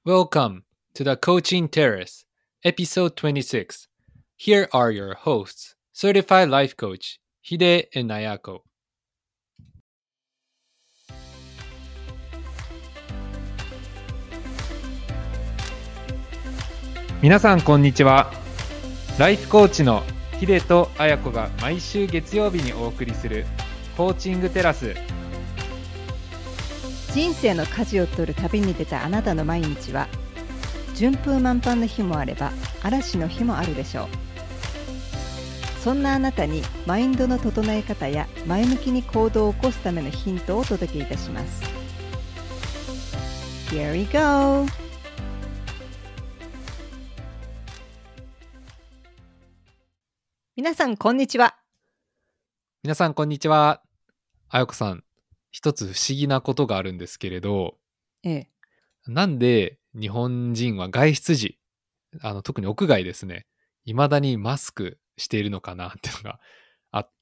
Welcome to the Coaching Terrace, episode 26. Here are your hosts, Certified Life Coach, Hide and Nayako. 皆さんこんにちは。ライフコーチのヒデとアヤコが毎週月曜日にお送りするコーチングテラス。 人生の舵を取る旅に出たあなたの毎日は順風満帆の日もあれば嵐の日もあるでしょう。そんなあなたにマインドの整え方や前向きに行動を起こすためのヒントをお届けいたします。 Here we go!皆さんこんにちは。 皆さんこんにちは。あやこさん、一つ不思議なことがあるんですけれど、なんで日本人は外出時、特に屋外ですね、未だにマスクしているのかなっていうのがあって、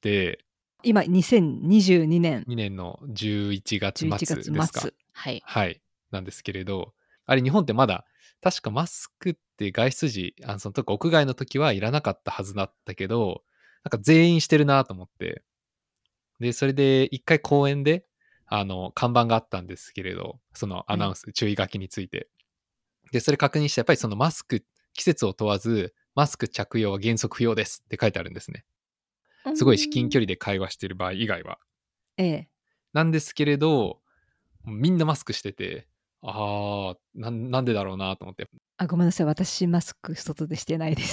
今2022年 2年の11月末ですか。 はい、 なんですけれど、あれ日本ってまだ確かマスクって外出時、その時屋外の時はいらなかったはずだったけど、なんか全員してるなと思って、でそれで一回公園で看板があったんですけれど、そのアナウンス、注意書きについて、でそれ確認して、やっぱりそのマスク、季節を問わずマスク着用は原則不要ですって書いてあるんですね。すごい至近距離で会話している場合以外は。なんですけれど、みんなマスクしてて、なんでだろうなと思って。 ごめんなさい、私マスク外でしてないです。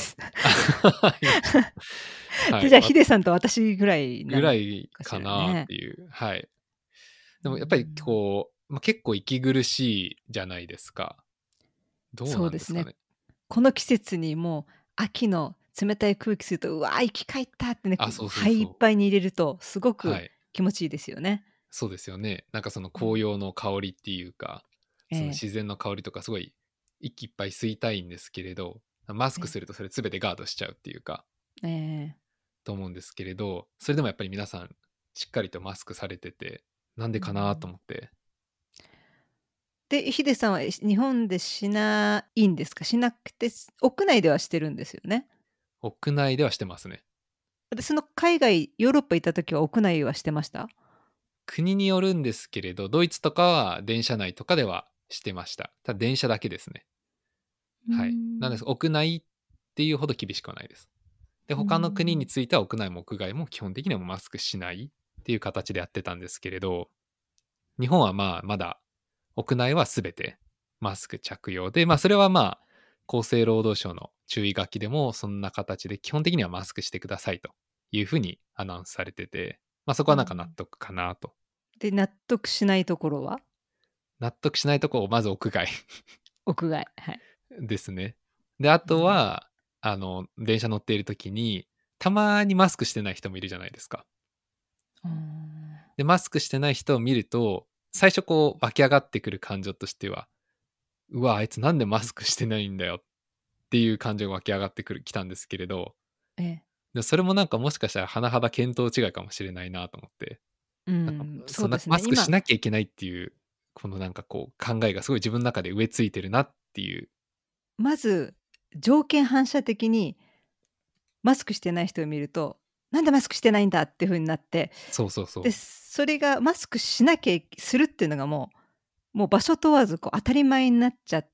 はい、 じゃあヒデさんと私ぐらいなのかしらね。 ぐらいかなっていう。はい。でもやっぱりこう、結構息苦しいじゃないですか。どうなんですかね。 そうですね。この季節にもう秋の冷たい空気すると、うわー生き返ったってね、肺いっぱいに入れるとすごく気持ちいいですよね。 そうですよね。なんかその紅葉の香りっていうか、その自然の香りとかすごい息いっぱい吸いたいんですけれど、マスクするとそれ全てガードしちゃうっていうか、と思うんですけれど、それでもやっぱり皆さんしっかりとマスクされてて、なんでかなと思って。 で、ヒデさんは日本でしないんですか？しなくて、屋内ではしてるんですよね。 屋内ではしてますね。 で、その海外、ヨーロッパ行った時は屋内はしてました？ 国によるんですけれど、ドイツとかは電車内とかではしてました。ただ電車だけですね。はい。なんです、屋内っていうほど厳しくはないです。で、他の国については屋内も屋外も基本的にはマスクしないっていう形でやってたんですけれど、日本はまだ屋内は全てマスク着用で、それは厚生労働省の注意書きでもそんな形で基本的にはマスクしてくださいというふうにアナウンスされてて、そこはなんか納得かなと。 で、納得しないところは？ 納得しないところをまず屋外屋外、はい。 ですね。で、あとは、電車乗っている時にたまにマスクしてない人もいるじゃないですか。で、マスクしてない人を見ると、最初こう湧き上がってくる感情としては、うわ、あいつなんでマスクしてないんだよっていう感情が湧き上がってきたんですけれど、でそれもなんかもしかしたら甚だ見当違いかもしれないなと思って、そんなマスクしなきゃいけないっていう、このなんかこう考えがすごい自分の中で植え付いてるなっていう。 まず条件反射的にマスクしてない人を見ると、なんでマスクしてないんだっていう風になって、で、それがマスクしなきゃするっていうのがもう場所問わずこう当たり前になっちゃって、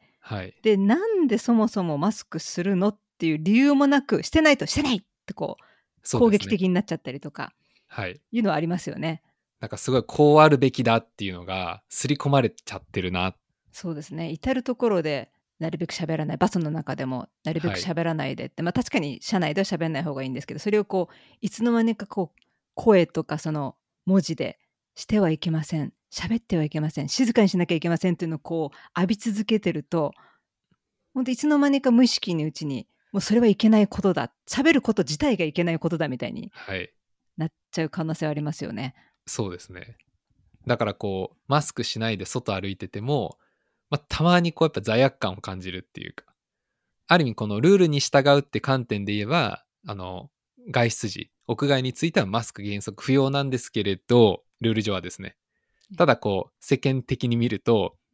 で、なんでそもそもマスクするのっていう理由もなく、してないとしてないってこう攻撃的になっちゃったりとか、いうのはありますよね。 なんかすごいこうあるべきだっていうのが刷り込まれちゃってるな。 そうですね。至るところでなるべく喋らない、バスの中でもなるべく喋らないでって、確かに車内では喋らない方がいいんですけど、それをこういつの間にかこう声とかその文字でしてはいけません、喋ってはいけません、静かにしなきゃいけませんっていうのをこう浴び続けてると、本当いつの間にか無意識にうちにもうそれはいけないことだ、喋ること自体がいけないことだみたいになっちゃう可能性はありますよね。 そうですね。だからこうマスクしないで外歩いてても、たまにこうやっぱ罪悪感を感じるっていうか、ある意味このルールに従うって観点で言えば、外出時屋外についてはマスク原則不要なんですけれど、ルール上はですね。ただこう世間的に見ると、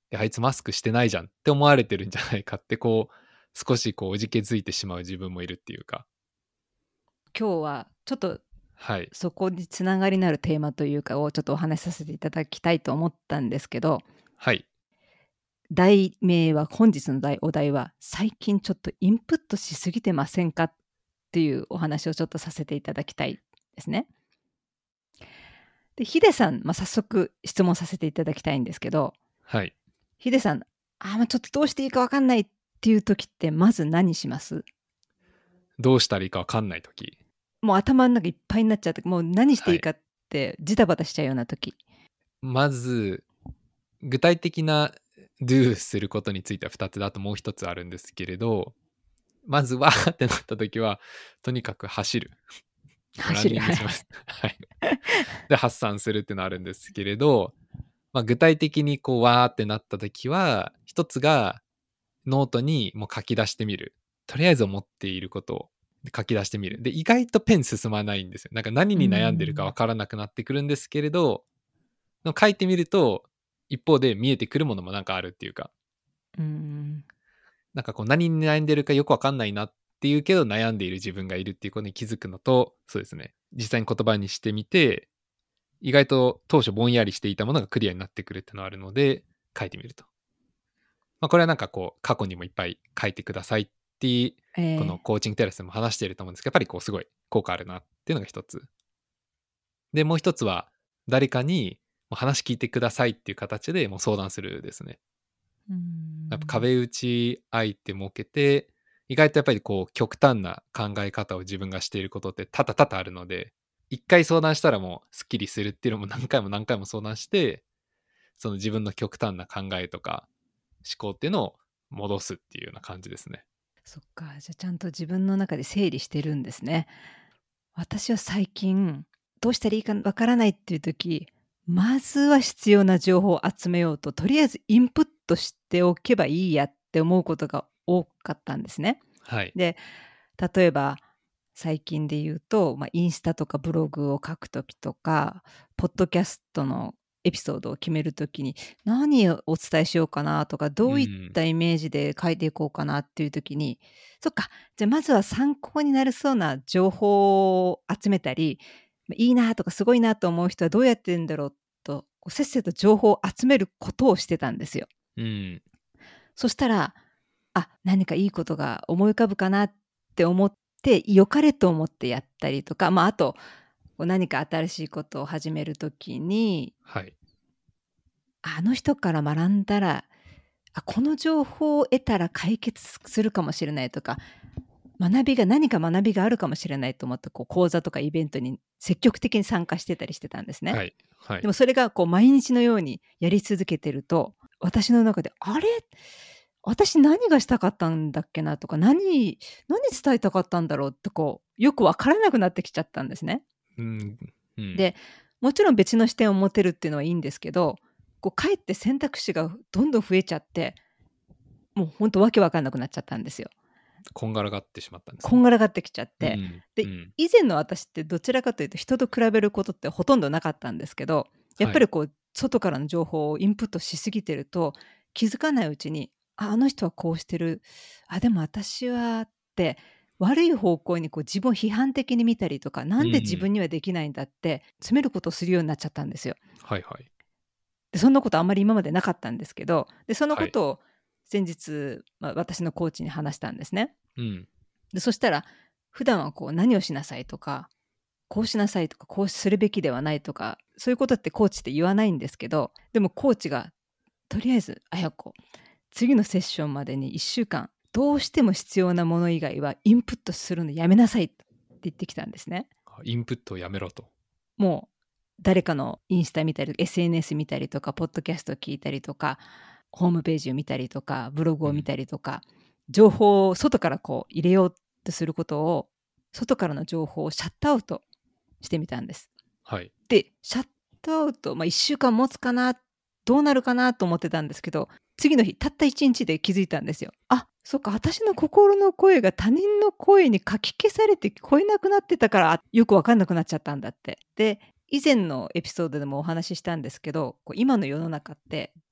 あいつマスクしてないじゃんって思われてるんじゃないかって少しおじけづいてしまう自分もいるっていうか。 今日はちょっとはい。 そこにつながりのあるテーマというかをちょっとお話しさせていただきたいと思ったんですけど、 はい。 題名は本日のお題は最近ちょっとインプットしすぎてませんかっていうお話をちょっとさせていただきたいですね。で、ヒデさん、早速質問させていただきたいんですけど、 はい。 ヒデさん、ちょっとどうしていいか分かんないっていう時ってまず何します？ どうしたらいいかわかんないとき。 もう頭の中いっぱいになっちゃって、もう何してはい。 いいかってジタバタしちゃうような時。 まず、具体的な do することについては2つで、あともう1つあるんですけれど、まずはってなった時は、とにかく走る。ラン走る。はい。 ニングします。はい。で、発散するっていうのはあるんですけれど、具体的にわーってなった時は、一つがノートにもう書き出してみる。とりあえず思っていることを書き出してみる。で、意外とペン進まないんですよ。なんか何に悩んでるかわからなくなってくるんですけれど、書いてみると、一方で見えてくるものもなんかあるっていうか、なんか何に悩んでるかよくわかんないなっていうけど悩んでいる自分がいるっていうことに気づくのと、そうですね。実際に言葉にしてみて、意外と当初ぼんやりしていたものがクリアになってくるっていうのがあるので、書いてみると。これはなんか過去にもいっぱい書いてくださいっていう、このコーチングテラスでも話していると思うんですけど、やっぱりすごい効果あるなっていうのが一つ。で、もう一つは、誰かに話聞いてくださいっていう形でもう相談するですね。やっぱ壁打ち相手設けて、意外とやっぱり極端な考え方を自分がしていることって多々あるので、一回相談したらもうスッキリするっていうのも何回も何回も相談して、その自分の極端な考えとか思考っていうのを戻すっていうような感じですね。 そっか、じゃあちゃんと自分の中で整理してるんですね。私は最近どうしたらいいかわからないっていう時、まずは必要な情報を集めようと、とりあえずインプットしておけばいいやって思うことが多かったんですね。 はい。 で、例えば最近で言うと、インスタとかブログを書く時とか、ポッドキャストのエピソードを決める時に、何をお伝えしようかなとか、どういったイメージで書いていこうかなっていう時に、そっか、じゃあまずは参考になりそうな情報を集めたり、いいなとかすごいなと思う人はどうやってるんだろうと、せっせと情報を集めることをしてたんですよ。 うん。 そしたら、何かいいことが思い浮かぶかなって思って、良かれと思ってやったりとか、あと、何か新しいことを始めるときに、 はい。 あの人から学んだら、この情報を得たら解決するかもしれないとか、何か学びがあるかもしれないと思って、講座とかイベントに積極的に参加してたりしてたんですね。 はい。はい。 でもそれが毎日のようにやり続けてると、私の中で、私何がしたかったんだっけなとか、何伝えたかったんだろうってよくわからなくなってきちゃったんですね。 うん。うん。 で、もちろん別の視点を持てるっていうのはいいんですけど、かえって選択肢がどんどん増えちゃって、もうほんとわけわかんなくなっちゃったんですよ。 こんがらがってしまったんですね。 こんがらがってきちゃっうて。 ん。 で、 うん。 以前の私ってどちらかというと人と比べることってほとんどなかったんですけど、やっはい。 ぱり外からの情報をインプットしすぎてると、気づかないうちに、あの人はこうしてる、でも私はって悪い方向に自分を批判的に見たりとか、なんで自分にはできないんだって詰めることをするようになっちゃったんですよ。 はいはい。 で、そんなことあんまり今までなかったんですけど、で、そのはい。 ことを先日、私のコーチに話したんですね。 うん。 で、そしたら、普段は何をしなさいとか、こうしなさいとか、こうするべきではないとか、そういうことってコーチって言わないんですけど、でもコーチが、とりあえず、綾子、次のセッションまでに1週間、どうしても必要なもの以外はインプットするのやめなさいって言ってきたんですね。 インプットをやめろと。 もう、誰かのインスタ見たり、SNS 見たりとか、ポッドキャスト聞いたりとか、ホームページを見たりとか、ブログを見たりとか、情報を外から入れようとすることを、外からの情報をシャットアウトしてみたんです。 はい。 で、シャットアウト、1週間持つかな、どうなるかなと思ってたんですけど、次の日、たった1日で気づいたんですよ。そっか、私の心の声が他人の声にかき消されて聞こえなくなってたから、よくわかんなくなっちゃったんだって。で、以前のエピソードでもお話ししたんですけど、今の世の中って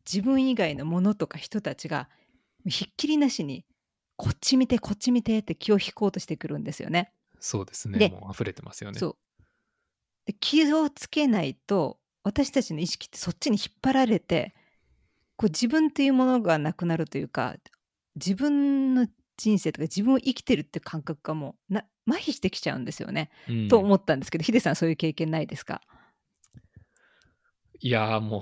自分以外のものとか人たちがひっきりなしにこっち見てこっち見てって気を引こうとしてくるんですよね。 そうですね。 で、 もう溢れてますよね。 そうで気をつけないと私たちの意識ってそっちに引っ張られてこう自分というものがなくなるというか自分の人生とか自分を生きてるって感覚がもう麻痺してきちゃうんですよね、と思ったんですけどヒデさんそういう経験ないですか？ いやーも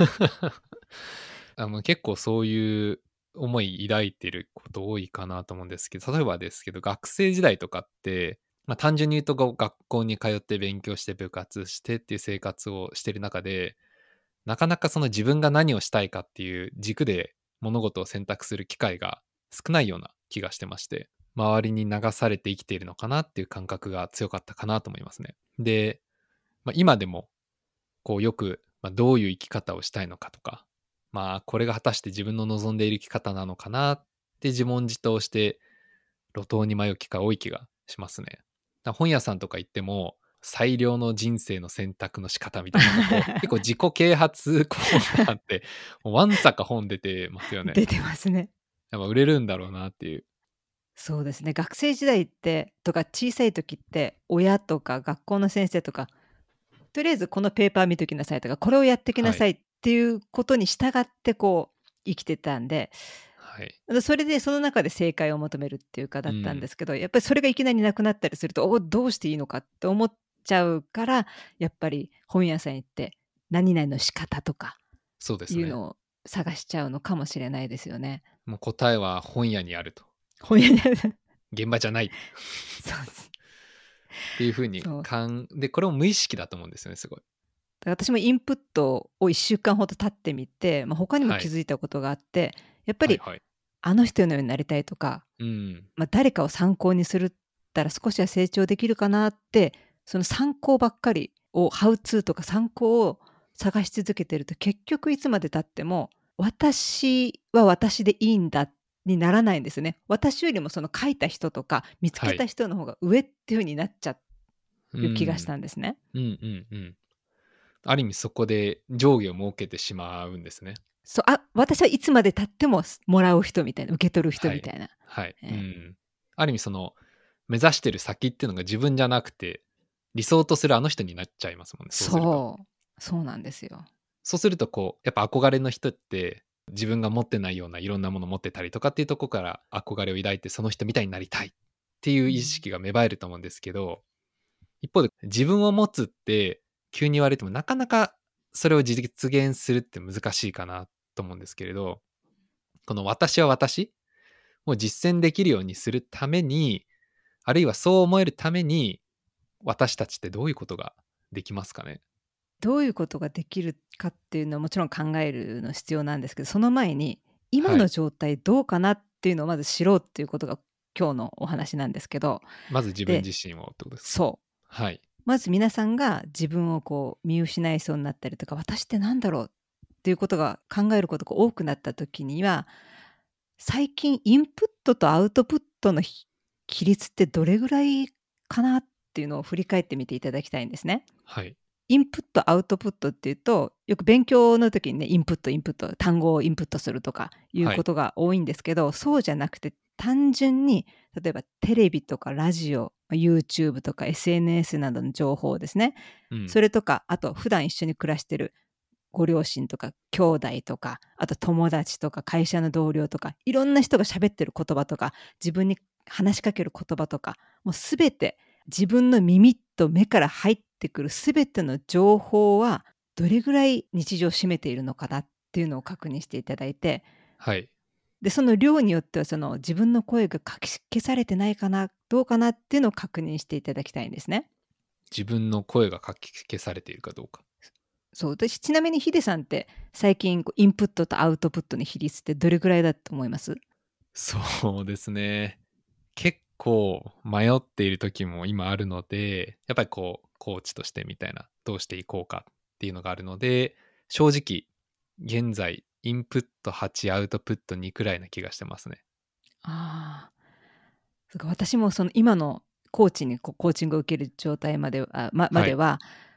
う結構そういう思い抱いてること多いかなと思うんですけど、例えばですけど、学生時代とかって、単純に言うと学校に通って勉強して部活してっていう生活をしてる中で、なかなかその自分が何をしたいかっていう軸で物事を選択する機会が少ないような気がしてまして、周りに流されて生きているのかなっていう感覚が強かったかなと思いますね。で、今でもこうよく、どういう生き方をしたいのかとか、これが果たして自分の望んでいる生き方なのかなって自問自答して路頭に迷う機会多い気がしますね。本屋さんとか行っても最良の人生の選択の仕方みたいなこう結構自己啓発コーナーってもうわんさか本出てますよね。 出てますね。 やっぱ売れるんだろうなっていう。 そうですね。学生時代ってとか小さい時って親とか学校の先生とかとりあえずこのペーパー見ときなさいとかこれをやってきなさいっていうことに従ってこう生きてたんで、 はい。 それでその中で正解を求めるっていうかだったんですけど、やっぱりそれがいきなりなくなったりするとどうしていいのかって思っちゃうからやっぱり本屋さん行って何々の仕方とかそうですね。 いうのを探しちゃうのかもしれないですよね。 もう答えは本屋にあると。 本屋にある現場じゃない。 そうですっていうふうにそうで、これも無意識だと思うんですよね、すごい。 私もインプットを1週間ほど経ってみて、他にも気づいたことがあって、やっぱりはいはい。 あの人のようになりたいとか、 うん。 誰かを参考にするったら少しは成長できるかなってその参考ばっかりをハウツーとか参考を探し続けてると結局いつまで経っても私は私でいいんだにならないんですよね。私よりもその書いた人とか見つけた人の方が上っていう風になっちゃう気がしたんですね。 うんうんうん。ある意味そこで上下を設けてしまうんですね。 そう私はいつまで経ってももらう人みたいな受け取る人みたいな。 はい。 ええある意味その目指してる先っていうのが自分じゃなくて理想とするあの人になっちゃいますもんね。そうすると。 そうなんですよ。 そうするとこうやっぱ憧れの人って自分が持ってないようないろんなもの持ってたりとかっていうところから憧れを抱いてその人みたいになりたいっていう意識が芽生えると思うんですけど、一方で自分を持つって急に言われてもなかなかそれを実現するって難しいかなと思うんですけれど、この私は私を実践できるようにするために、あるいはそう思えるために、私たちってどういうことができますかね？ どういうことができるかっていうのはもちろん考えるの必要なんですけど、その前に今のはい。 状態どうかなっていうのをまず知ろうっていうことが今日のお話なんですけど、 まず自分で、 自身をってことですか？ そう。 はい。 まず皆さんが自分をこう見失いそうになったりとか、私って何だろうっていうことが考えることが多くなった時には、最近インプットとアウトプットの比率ってどれぐらいかなっていうのを振り返ってみていただきたいんですね。 はい。 インプットアウトプットっていうとよく勉強の時にねインプット単語をインプットするとかいうはい。 ことが多いんですけど、そうじゃなくて単純に例えばテレビとかラジオ YouTube とか SNS などの情報ですね。 うん。 それとかあと普段一緒に暮らしてるご両親とか兄弟とかあと友達とか会社の同僚とかいろんな人が喋ってる言葉とか自分に話しかける言葉とかもうすべて自分の耳と目から入ってくるすべての情報はどれぐらい日常を占めているのかなっていうのを確認していただいて、 はい。 でその量によってはその自分の声がかき消されてないかなどうかなっていうのを確認していただきたいんですね。 自分の声がかき消されているかどうか。 そう私ちなみにヒデさんって最近インプットとアウトプットの比率ってどれぐらいだと思います？ そうですね。結構迷っている時も今あるので、やっぱりこう、コーチとしてみたいな、どうしていこうかっていうのがあるので、正直、現在、インプット8、アウトプット2くらいな気がしてますね。 ああ、そうか私もその今のコーチにコーチングを受ける状態までは、まはい。 では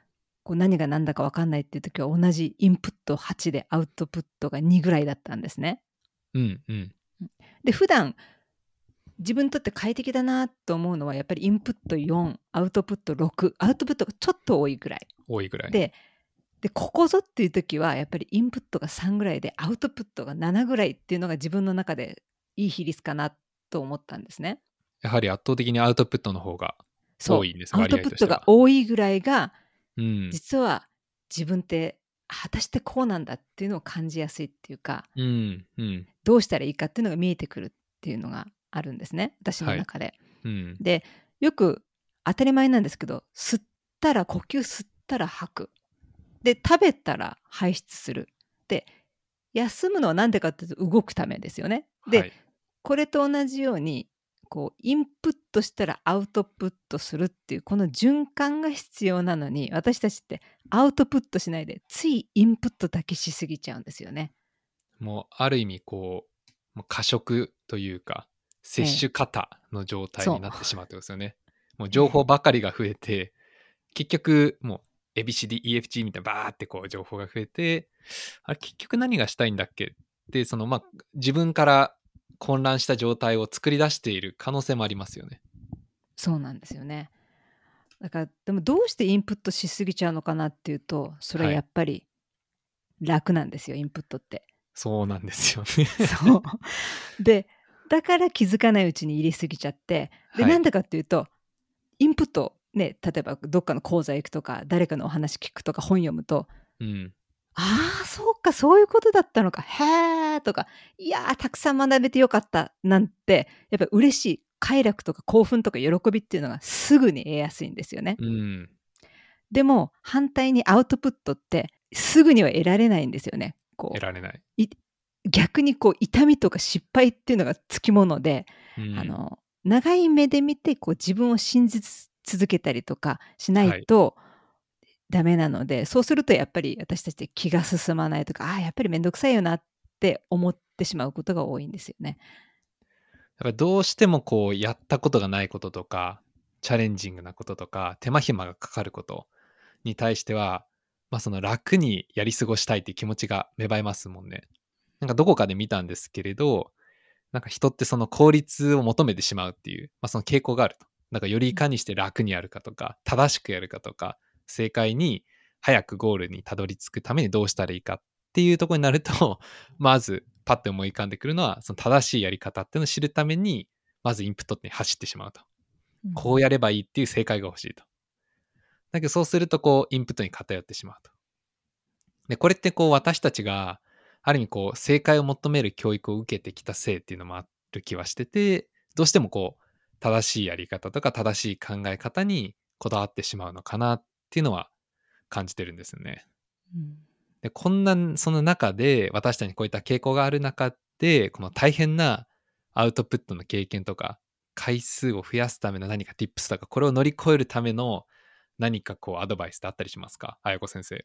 こう何が何だか分かんないっていう時は同じインプット8でアウトプットが2ぐらいだったんですね。 うんうん。 で普段自分にとって快適だなと思うのはやっぱりインプット4アウトプット6アウトプットがちょっと多いぐらい多いぐらい。 でここぞっていう時はやっぱりインプットが3ぐらいでアウトプットが7ぐらいっていうのが自分の中でいい比率かなと思ったんですね。 やはり圧倒的にアウトプットの方が多いんです、 アウトプットが多いぐらいが、実は自分って果たしてこうなんだっていうのを感じやすいっていうか、どうしたらいいかっていうのが見えてくるっていうのがあるんですね、私の中で。でよく当たり前なんですけど、吸ったら呼吸、吸ったら吐く、で食べたら排出する、で休むのは何でかっていうと動くためですよね。で、これと同じようにこうインプットしたらアウトプットするっていうこの循環が必要なのに、私たちってアウトプットしないでついインプットだけしすぎちゃうんですよね。 もうある意味こう過食というか摂取型の状態になってしまうってことですよね。もう情報ばかりが増えて、結局もう ABCDEFG みたいなバーってこう情報が増えて、あれ結局何がしたいんだっけってその自分から混乱した状態を作り出している可能性もありますよね。 そうなんですよね。だからでもどうしてインプットしすぎちゃうのかなっていうと、それはやっぱり楽なんですよ、インプットって。 そうなんですよね。 そうでだから気づかないうちに入れすぎちゃって、でなんでかっていうとインプットね、例えばどっかの講座行くとか誰かのお話聞くとか本読むと、ああそうかそういうことだったのかへーとか、いやーたくさん学べてよかったなんてやっぱ嬉しい快楽とか興奮とか喜びっていうのがすぐに得やすいんですよね。でも反対にアウトプットってすぐには得られないんですよね。 得られない。 逆にこう痛みとか失敗っていうのがつきもので、長い目で見てこう自分を信じ続けたりとかしないとダメなので、そうするとやっぱり私たちって気が進まないとか、やっぱりめんどくさいよなって思ってしまうことが多いんですよね。 やっぱりどうしてもこうやったことがないこととかチャレンジングなこととか手間暇がかかることに対しては、その楽にやり過ごしたいっていう気持ちが芽生えますもんね。なんかどこかで見たんですけれど、なんか人ってその効率を求めてしまうっていう、その傾向があると。なんかよりいかにして楽にやるかとか、正しくやるかとか、正解に早くゴールにたどり着くためにどうしたらいいかっていうところになると、まずパッと思い浮かんでくるのは、その正しいやり方っていうのを知るために、まずインプットに走ってしまうと。こうやればいいっていう正解が欲しいと。だけどそうするとこうインプットに偏ってしまうと。で、これってこう私たちがある意味こう正解を求める教育を受けてきたせいっていうのもある気はしてて、どうしてもこう正しいやり方とか正しい考え方にこだわってしまうのかなっていうのは感じてるんですよね。で、その中で私たちにこういった傾向がある中で、この大変なアウトプットの経験とか回数を増やすための何か tips とか、これを乗り越えるための何かこうアドバイスってあったりしますか？あやこ先生。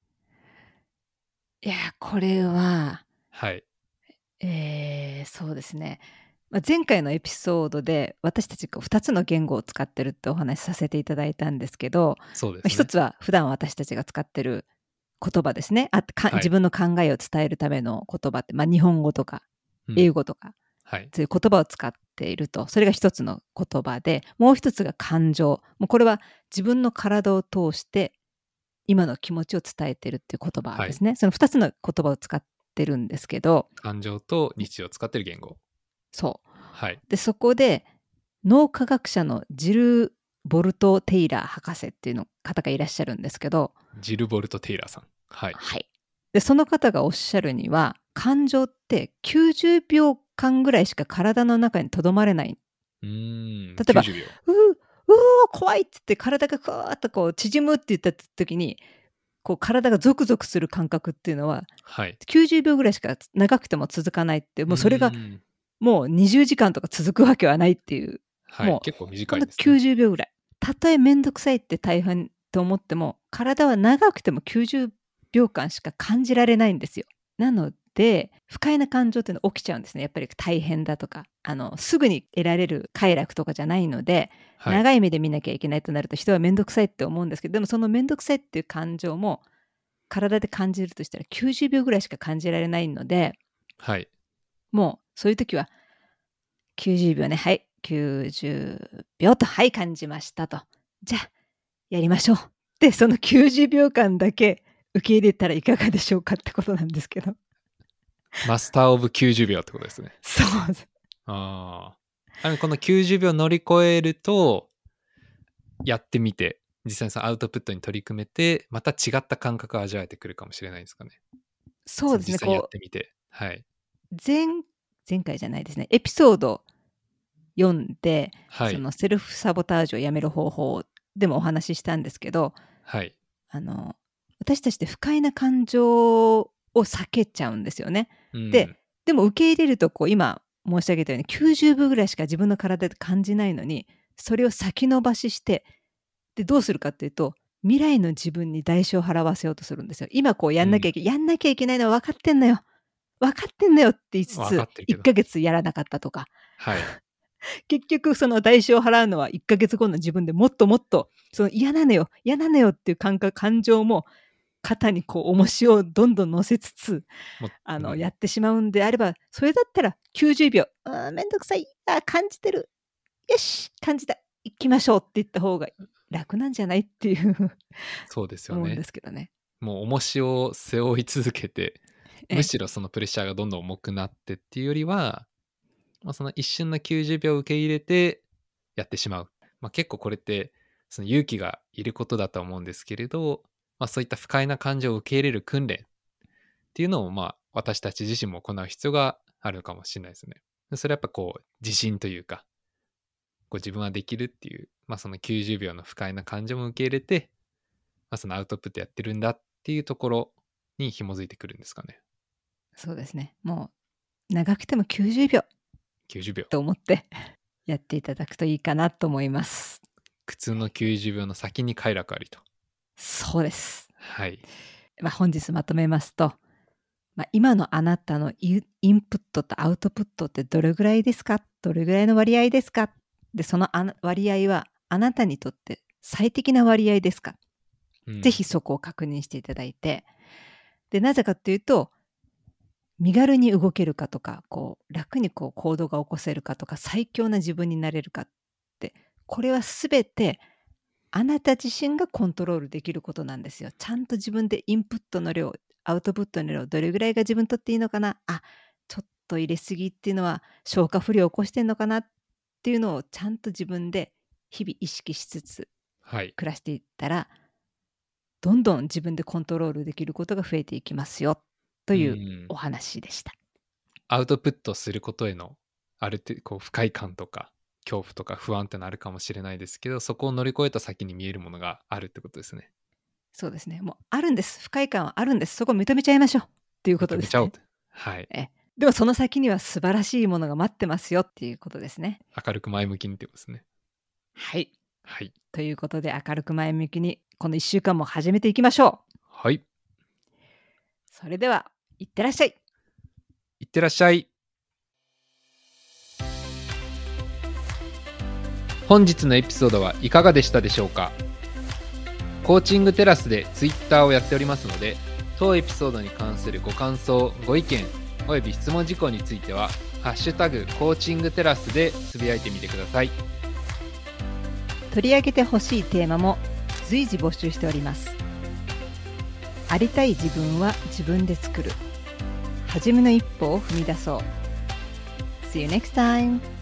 いやこれはそうですね、前回のエピソードで私たち2つの言語を使ってるってお話しさせていただいたんですけど、 そうですね。 一つは普段私たちが使ってる言葉ですね。自分の考えを伝えるための言葉って、日本語とか英語とか、そういう言葉を使っていると、それが一つの言葉で、もう一つが感情。もうこれは自分の体を通して今の気持ちを伝えてるっていう言葉ですね。その2つの言葉を使ってるんですけど、 感情と日常を使ってる言語。 そう。でそこで脳科学者のジル・ボルト・テイラー博士っていうの方がいらっしゃるんですけど、 ジル・ボルト・テイラーさん。 でその方がおっしゃるには、感情って90秒間ぐらいしか体の中にとどまれない。例えば 90秒怖いって言って体がふわーっとこう縮むって言った時にこう体がゾクゾクする感覚っていうのは、90秒ぐらいしか長くても続かないって、もうそれがもう20時間とか続くわけはないっていう、もう結構短いですね。 90秒ぐらい。たとえめんどくさいって大変と思っても、体は長くても90秒間しか感じられないんですよ。なので不快な感情っていうのは起きちゃうんですね。やっぱり大変だとかすぐに得られる快楽とかじゃないので、 はい。 長い目で見なきゃいけないとなると人は面倒くさいって思うんですけど、でもその面倒くさいっていう感情も体で感じるとしたら90秒ぐらいしか感じられないので、 はい。 もうそういう時は90秒ね、はい90秒と、はい感じましたと、じゃあやりましょうで、その90秒間だけ受け入れたらいかがでしょうかってことなんですけど。 マスターオブ90秒ってことですね。 そうああ。この90秒乗り越えると、やってみて、実際にそのアウトプットに取り組めて、また違った感覚を味わえてくるかもしれないですかね。 そうですね。 実際にやっこてみて。はい。 う前回じゃないですね、エピソード読んで、 はい。 そのセルフサボタージュをやめる方法でもお話ししたんですけど、 はい。 私たちって不快な感情を避けちゃうんですよね。 うん、 でも受け入れると今申し上げたように90秒ぐらいしか自分の体で感じないのに、それを先延ばしして、でどうするかっていうと、未来の自分に代償を払わせようとするんですよ。今やんなきゃいけないのは分かってんのよって言いつつ1ヶ月やらなかったとか、 はい、 結局その代償を払うのは1ヶ月後の自分でもっともっとその嫌なのよっていう感情も肩に重しをどんどん乗せつつやってしまうんであれば、それだったら90秒めんどくさい感じてる、よし感じた行きましょうって言った方が楽なんじゃないっていうそうですよね。 思うんですけどね。 もう重しを背負い続けて、むしろそのプレッシャーがどんどん重くなってっていうよりは、その一瞬の90秒を受け入れてやってしまう。結構これってその勇気がいることだと思うんですけれど、そういった不快な感情を受け入れる訓練っていうのを私たち自身も行う必要があるかもしれないですね。それはやっぱ自信というか、自分はできるっていう、その90秒の不快な感情も受け入れて、そのアウトプットやってるんだっていうところに紐づいてくるんですかね。 そうですね。もう長くても90秒と思ってやっていただくといいかなと思います。 苦痛の90秒の先に快楽ありと。 そうです。 はい。 本日まとめますと、今のあなたのインプットとアウトプットってどれぐらいですか？どれぐらいの割合ですか？で、その割合はあなたにとって最適な割合ですか？ぜひそこを確認していただいて、でなぜかっていうと、身軽に動けるかとか、楽に行動が起こせるかとか、最強な自分になれるかって、これは全てあなた自身がコントロールできることなんですよ。ちゃんと自分でインプットの量、アウトプットの量、どれぐらいが自分にとっていいのかな、ちょっと入れすぎっていうのは消化不良を起こしてんのかなっていうのをちゃんと自分で日々意識しつつ暮らしていったら、どんどん自分でコントロールできることが増えていきますよというお話でした。 アウトプットすることへのある程度不快感とか恐怖とか不安ってのあるかもしれないですけど、そこを乗り越えた先に見えるものがあるってことですね。 そうですね。もうあるんです。不快感はあるんです。そこを認めちゃいましょうっていうことですね。 認めちゃおう。はい。 でもその先には素晴らしいものが待ってますよっていうことですね。 明るく前向きにってことですね。 はい。 はい。 ということで明るく前向きにこの1週間も始めていきましょう。 はい。 それではいってらっしゃい。 いってらっしゃい。本日のエピソードはいかがでしたでしょうか。コーチングテラスでツイッターをやっておりますので、当エピソードに関するご感想、ご意見および質問事項についてはハッシュタグコーチングテラスでつぶやいてみてください。 取り上げてほしいテーマも随時募集しております。ありたい自分は自分で作る。初めの一歩を踏み出そう。See you next time!